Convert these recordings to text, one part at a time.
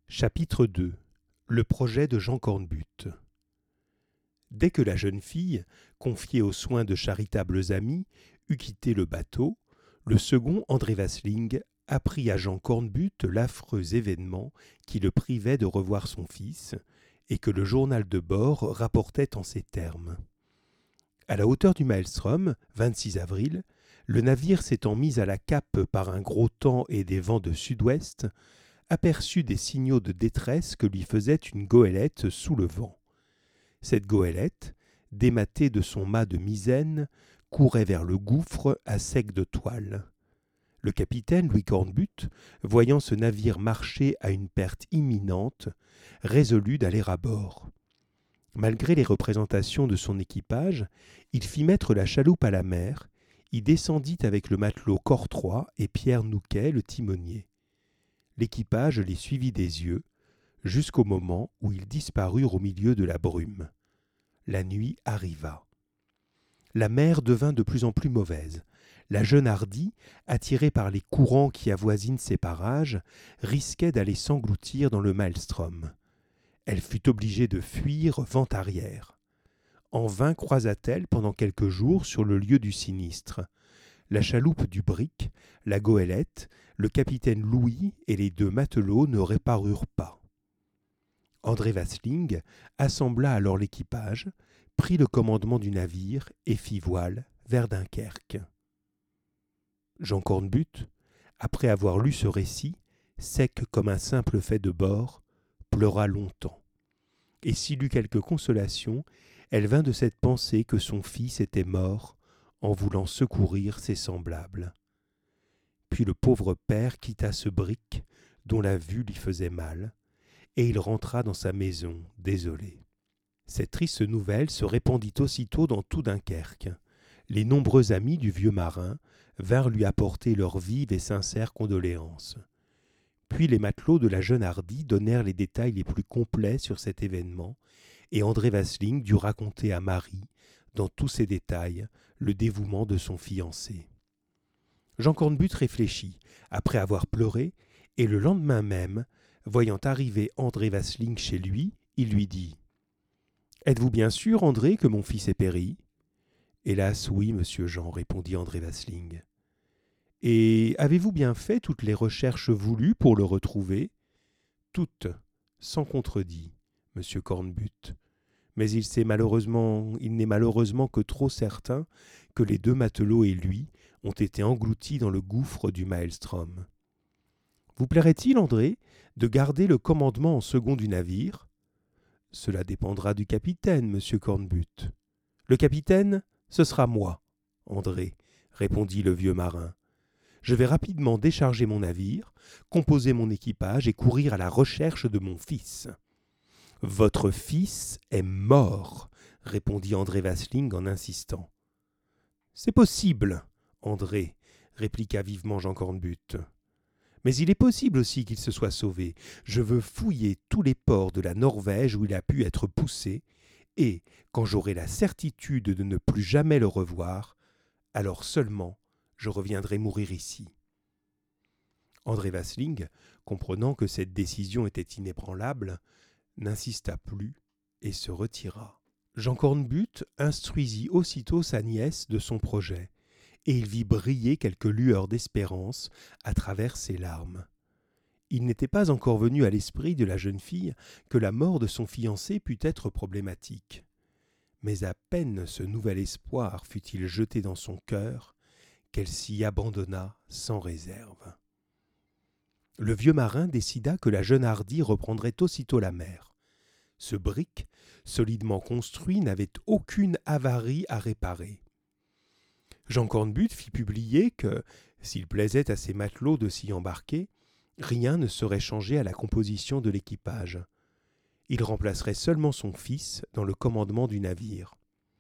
Chapitre 2. Le projet de Jean Cornbutte. Dès que la jeune fille, confiée aux soins de charitables amis, eut quitté le bateau, le second André Vasling apprit à Jean Cornbutte l'affreux événement qui le privait de revoir son fils et que le journal de bord rapportait en ces termes. À la hauteur du Maelstrom, 26 avril, le navire s'étant mis à la cape par un gros temps et des vents de sud-ouest, aperçut des signaux de détresse que lui faisait une goélette sous le vent. Cette goélette, dématée de son mât de misaine, courait vers le gouffre à sec de toile. Le capitaine Louis Cornbutte, voyant ce navire marcher à une perte imminente, résolut d'aller à bord. Malgré les représentations de son équipage, il fit mettre la chaloupe à la mer, y descendit avec le matelot Cortrois et Pierre Nouquet, le timonier. L'équipage les suivit des yeux, jusqu'au moment où ils disparurent au milieu de la brume. La nuit arriva. La mer devint de plus en plus mauvaise. La jeune Hardie, attirée par les courants qui avoisinent ces parages, risquait d'aller s'engloutir dans le Maelstrom. Elle fut obligée de fuir vent arrière. En vain croisa-t-elle pendant quelques jours sur le lieu du sinistre. La chaloupe du brick, la goélette, le capitaine Louis et les deux matelots ne réparurent pas. André Vasling assembla alors l'équipage, prit le commandement du navire et fit voile vers Dunkerque. Jean Cornbutte, après avoir lu ce récit, sec comme un simple fait de bord, pleura longtemps. Et s'il eut quelque consolation, elle vint de cette pensée que son fils était mort en voulant secourir ses semblables. Puis le pauvre père quitta ce brick dont la vue lui faisait mal, et il rentra dans sa maison, désolé. Cette triste nouvelle se répandit aussitôt dans tout Dunkerque. Les nombreux amis du vieux marin vinrent lui apporter leurs vives et sincères condoléances. Puis les matelots de la jeune Hardie donnèrent les détails les plus complets sur cet événement, et André Vasling dut raconter à Marie, dans tous ces détails, le dévouement de son fiancé. Jean Cornbutte réfléchit, après avoir pleuré, et le lendemain même, voyant arriver André Vasling chez lui, il lui dit « Êtes-vous bien sûr, André, que mon fils est péri ?»« Hélas, oui, monsieur Jean, répondit André Vasling. »« Et avez-vous bien fait toutes les recherches voulues pour le retrouver ?»« Toutes, sans contredit, monsieur Cornbutte. Mais il n'est malheureusement que trop certain que les deux matelots et lui ont été engloutis dans le gouffre du Maelstrom. Vous plairait-il, André, de garder le commandement en second du navire ? Cela dépendra du capitaine, monsieur Cornbutte. Le capitaine, ce sera moi, André, répondit le vieux marin. Je vais rapidement décharger mon navire, composer mon équipage et courir à la recherche de mon fils. Votre fils est mort, répondit André Vasling en insistant. C'est possible, André, répliqua vivement Jean Cornbutte. Mais il est possible aussi qu'il se soit sauvé. Je veux fouiller tous les ports de la Norvège où il a pu être poussé, et, quand j'aurai la certitude de ne plus jamais le revoir, alors seulement je reviendrai mourir ici. André Vasling, comprenant que cette décision était inébranlable, n'insista plus et se retira. Jean Cornbutte instruisit aussitôt sa nièce de son projet, et il vit briller quelques lueurs d'espérance à travers ses larmes. Il n'était pas encore venu à l'esprit de la jeune fille que la mort de son fiancé pût être problématique. Mais à peine ce nouvel espoir fut-il jeté dans son cœur qu'elle s'y abandonna sans réserve. Le vieux marin décida que la jeune Hardie reprendrait aussitôt la mer. Ce brick, solidement construit, n'avait aucune avarie à réparer. Jean Cornbutte fit publier que, s'il plaisait à ses matelots de s'y embarquer, rien ne serait changé à la composition de l'équipage. Il remplacerait seulement son fils dans le commandement du navire.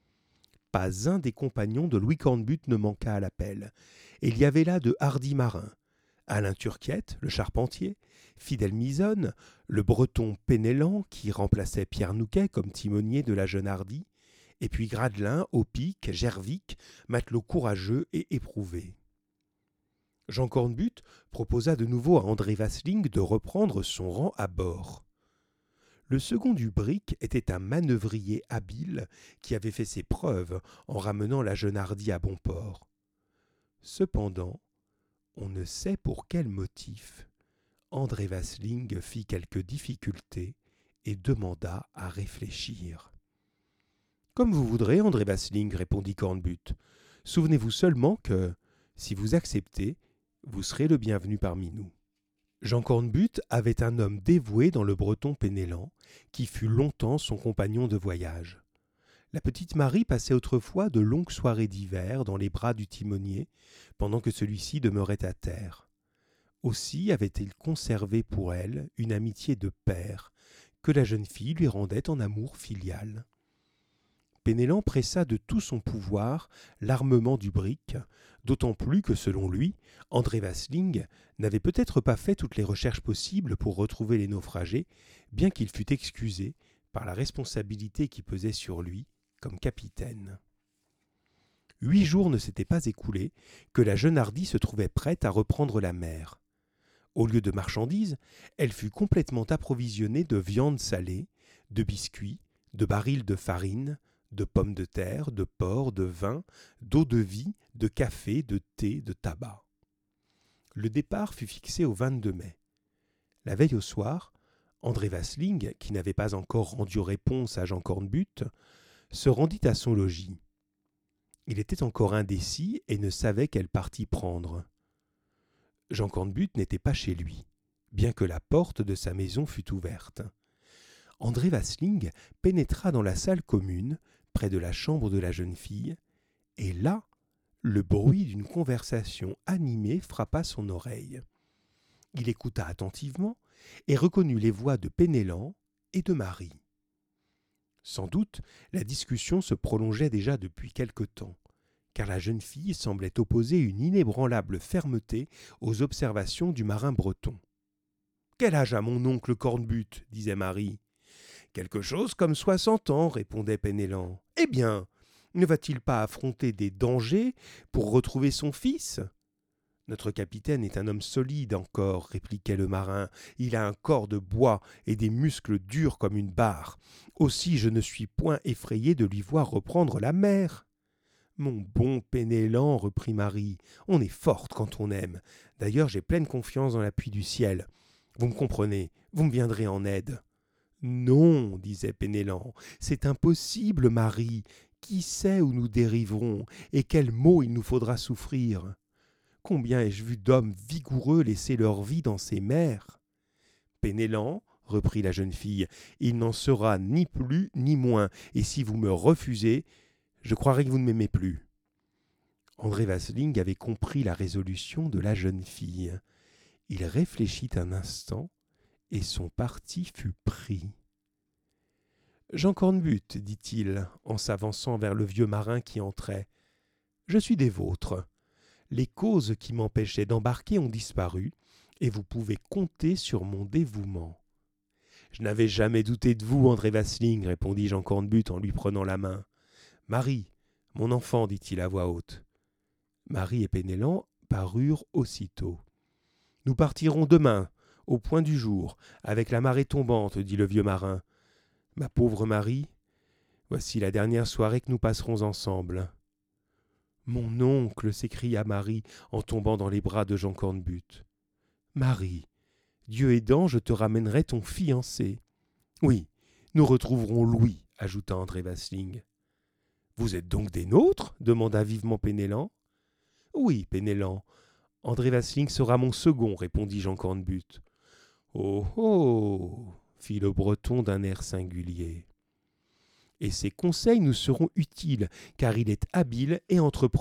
Pas un des compagnons de Louis Cornbutte ne manqua à l'appel, et il y avait là de hardis marins. Alain Turquiette, le charpentier, Fidèle Misonne, le breton Pénélan, qui remplaçait Pierre Nouquet comme timonier de la jeune Hardie, et puis Gradelin, Opic, Gervic, matelots courageux et éprouvés. Jean Cornbutte proposa de nouveau à André Vasling de reprendre son rang à bord. Le second du brick était un manœuvrier habile qui avait fait ses preuves en ramenant la jeune Hardy à bon port. Cependant, on ne sait pour quel motif, André Vasling fit quelques difficultés et demanda à réfléchir. « Comme vous voudrez, André Vasling, répondit Cornbutte. Souvenez-vous seulement que, si vous acceptez, vous serez le bienvenu parmi nous. » Jean Cornbutte avait un homme dévoué dans le breton Penellan, qui fut longtemps son compagnon de voyage. La petite Marie passait autrefois de longues soirées d'hiver dans les bras du timonier, pendant que celui-ci demeurait à terre. Aussi avait-il conservé pour elle une amitié de père, que la jeune fille lui rendait en amour filial. Penellan pressa de tout son pouvoir l'armement du brick, d'autant plus que, selon lui, André Vasling n'avait peut-être pas fait toutes les recherches possibles pour retrouver les naufragés, bien qu'il fût excusé par la responsabilité qui pesait sur lui comme capitaine. 8 jours ne s'étaient pas écoulés que la jeune Hardy se trouvait prête à reprendre la mer. Au lieu de marchandises, elle fut complètement approvisionnée de viande salée, de biscuits, de barils de farine, de pommes de terre, de porc, de vin, d'eau-de-vie, de café, de thé, de tabac. Le départ fut fixé au 22 mai. La veille au soir, André Vasling, qui n'avait pas encore rendu réponse à Jean Cornbutte, se rendit à son logis. Il était encore indécis et ne savait quel parti prendre. Jean Cornbutte n'était pas chez lui, bien que la porte de sa maison fût ouverte. André Vasling pénétra dans la salle commune, près de la chambre de la jeune fille, et là, le bruit d'une conversation animée frappa son oreille. Il écouta attentivement et reconnut les voix de Penellan et de Marie. Sans doute, la discussion se prolongeait déjà depuis quelque temps, car la jeune fille semblait opposer une inébranlable fermeté aux observations du marin breton. « Quel âge a mon oncle Cornbutte » disait Marie. « Quelque chose comme 60 ans, répondait Penellan. « Eh bien, ne va-t-il pas affronter des dangers pour retrouver son fils ?»« Notre capitaine est un homme solide encore, répliquait le marin. Il a un corps de bois et des muscles durs comme une barre. Aussi je ne suis point effrayé de lui voir reprendre la mer. » « Mon bon Penellan, reprit Marie, on est forte quand on aime. D'ailleurs, j'ai pleine confiance dans l'appui du ciel. Vous me comprenez, vous me viendrez en aide. »« Non, disait Penellan, c'est impossible, Marie. Qui sait où nous dériverons et quels maux il nous faudra souffrir? Combien ai-je vu d'hommes vigoureux laisser leur vie dans ces mers? Penellan, reprit la jeune fille, il n'en sera ni plus ni moins, et si vous me refusez, je croirais que vous ne m'aimez plus. » André Vasling avait compris la résolution de la jeune fille. Il réfléchit un instant, et son parti fut pris. « Jean Cornbutte, dit-il, en s'avançant vers le vieux marin qui entrait, « je suis des vôtres. Les causes qui m'empêchaient d'embarquer ont disparu, et vous pouvez compter sur mon dévouement. »« Je n'avais jamais douté de vous, André Vasling, répondit Jean Cornbutte en lui prenant la main. « Marie, mon enfant, dit-il à voix haute. » Marie et Penellan parurent aussitôt. « Nous partirons demain, au point du jour, avec la marée tombante, dit le vieux marin. Ma pauvre Marie, voici la dernière soirée que nous passerons ensemble. »« Mon oncle, s'écria Marie en tombant dans les bras de Jean Cornbutte. « Marie, Dieu aidant, je te ramènerai ton fiancé. »« Oui, nous retrouverons Louis, ajouta André Vasling. »« Vous êtes donc des nôtres » demanda vivement Penellan. « Oui, Penellan. André Vasling sera mon second, répondit Jean Cornbutte. « Oh, oh » fit le breton d'un air singulier. « Et ses conseils nous seront utiles, car il est habile et entreprenant. »«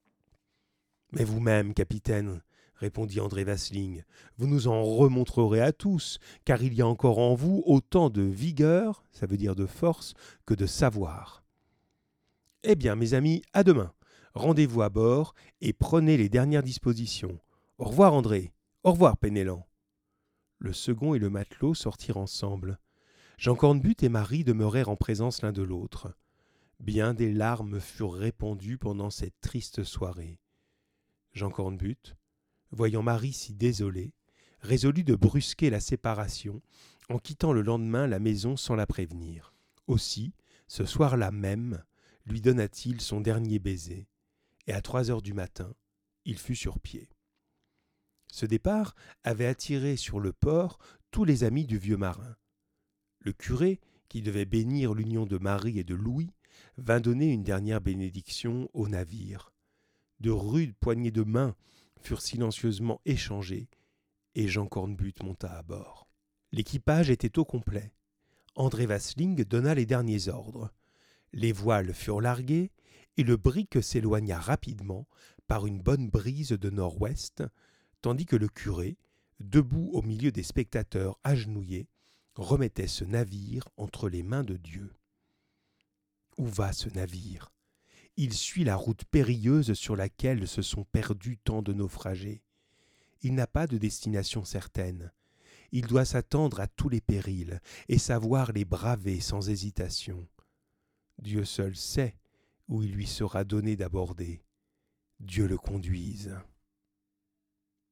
Mais vous-même, capitaine, répondit André Vasling, vous nous en remontrerez à tous, car il y a encore en vous autant de vigueur, ça veut dire de force, que de savoir. Eh bien, mes amis, à demain. Rendez-vous à bord et prenez les dernières dispositions. Au revoir, André. Au revoir, Penellan. » Le second et le matelot sortirent ensemble. Jean Cornbutte et Marie demeurèrent en présence l'un de l'autre. Bien des larmes furent répandues pendant cette triste soirée. Jean Cornbutte, Voyant Marie si désolée, résolut de brusquer la séparation en quittant le lendemain la maison sans la prévenir. Aussi, ce soir-là même, lui donna-t-il son dernier baiser, et à 3 heures du matin, il fut sur pied. Ce départ avait attiré sur le port tous les amis du vieux marin. Le curé, qui devait bénir l'union de Marie et de Louis, vint donner une dernière bénédiction au navire. De rudes poignées de main furent silencieusement échangées, et Jean Cornbutte monta à bord. L'équipage était au complet. André Vasling donna les derniers ordres. Les voiles furent larguées, et le brick s'éloigna rapidement par une bonne brise de nord-ouest, tandis que le curé, debout au milieu des spectateurs agenouillés, remettait ce navire entre les mains de Dieu. Où va ce navire ? Il suit la route périlleuse sur laquelle se sont perdus tant de naufragés. Il n'a pas de destination certaine. Il doit s'attendre à tous les périls et savoir les braver sans hésitation. Dieu seul sait où il lui sera donné d'aborder. Dieu le conduise.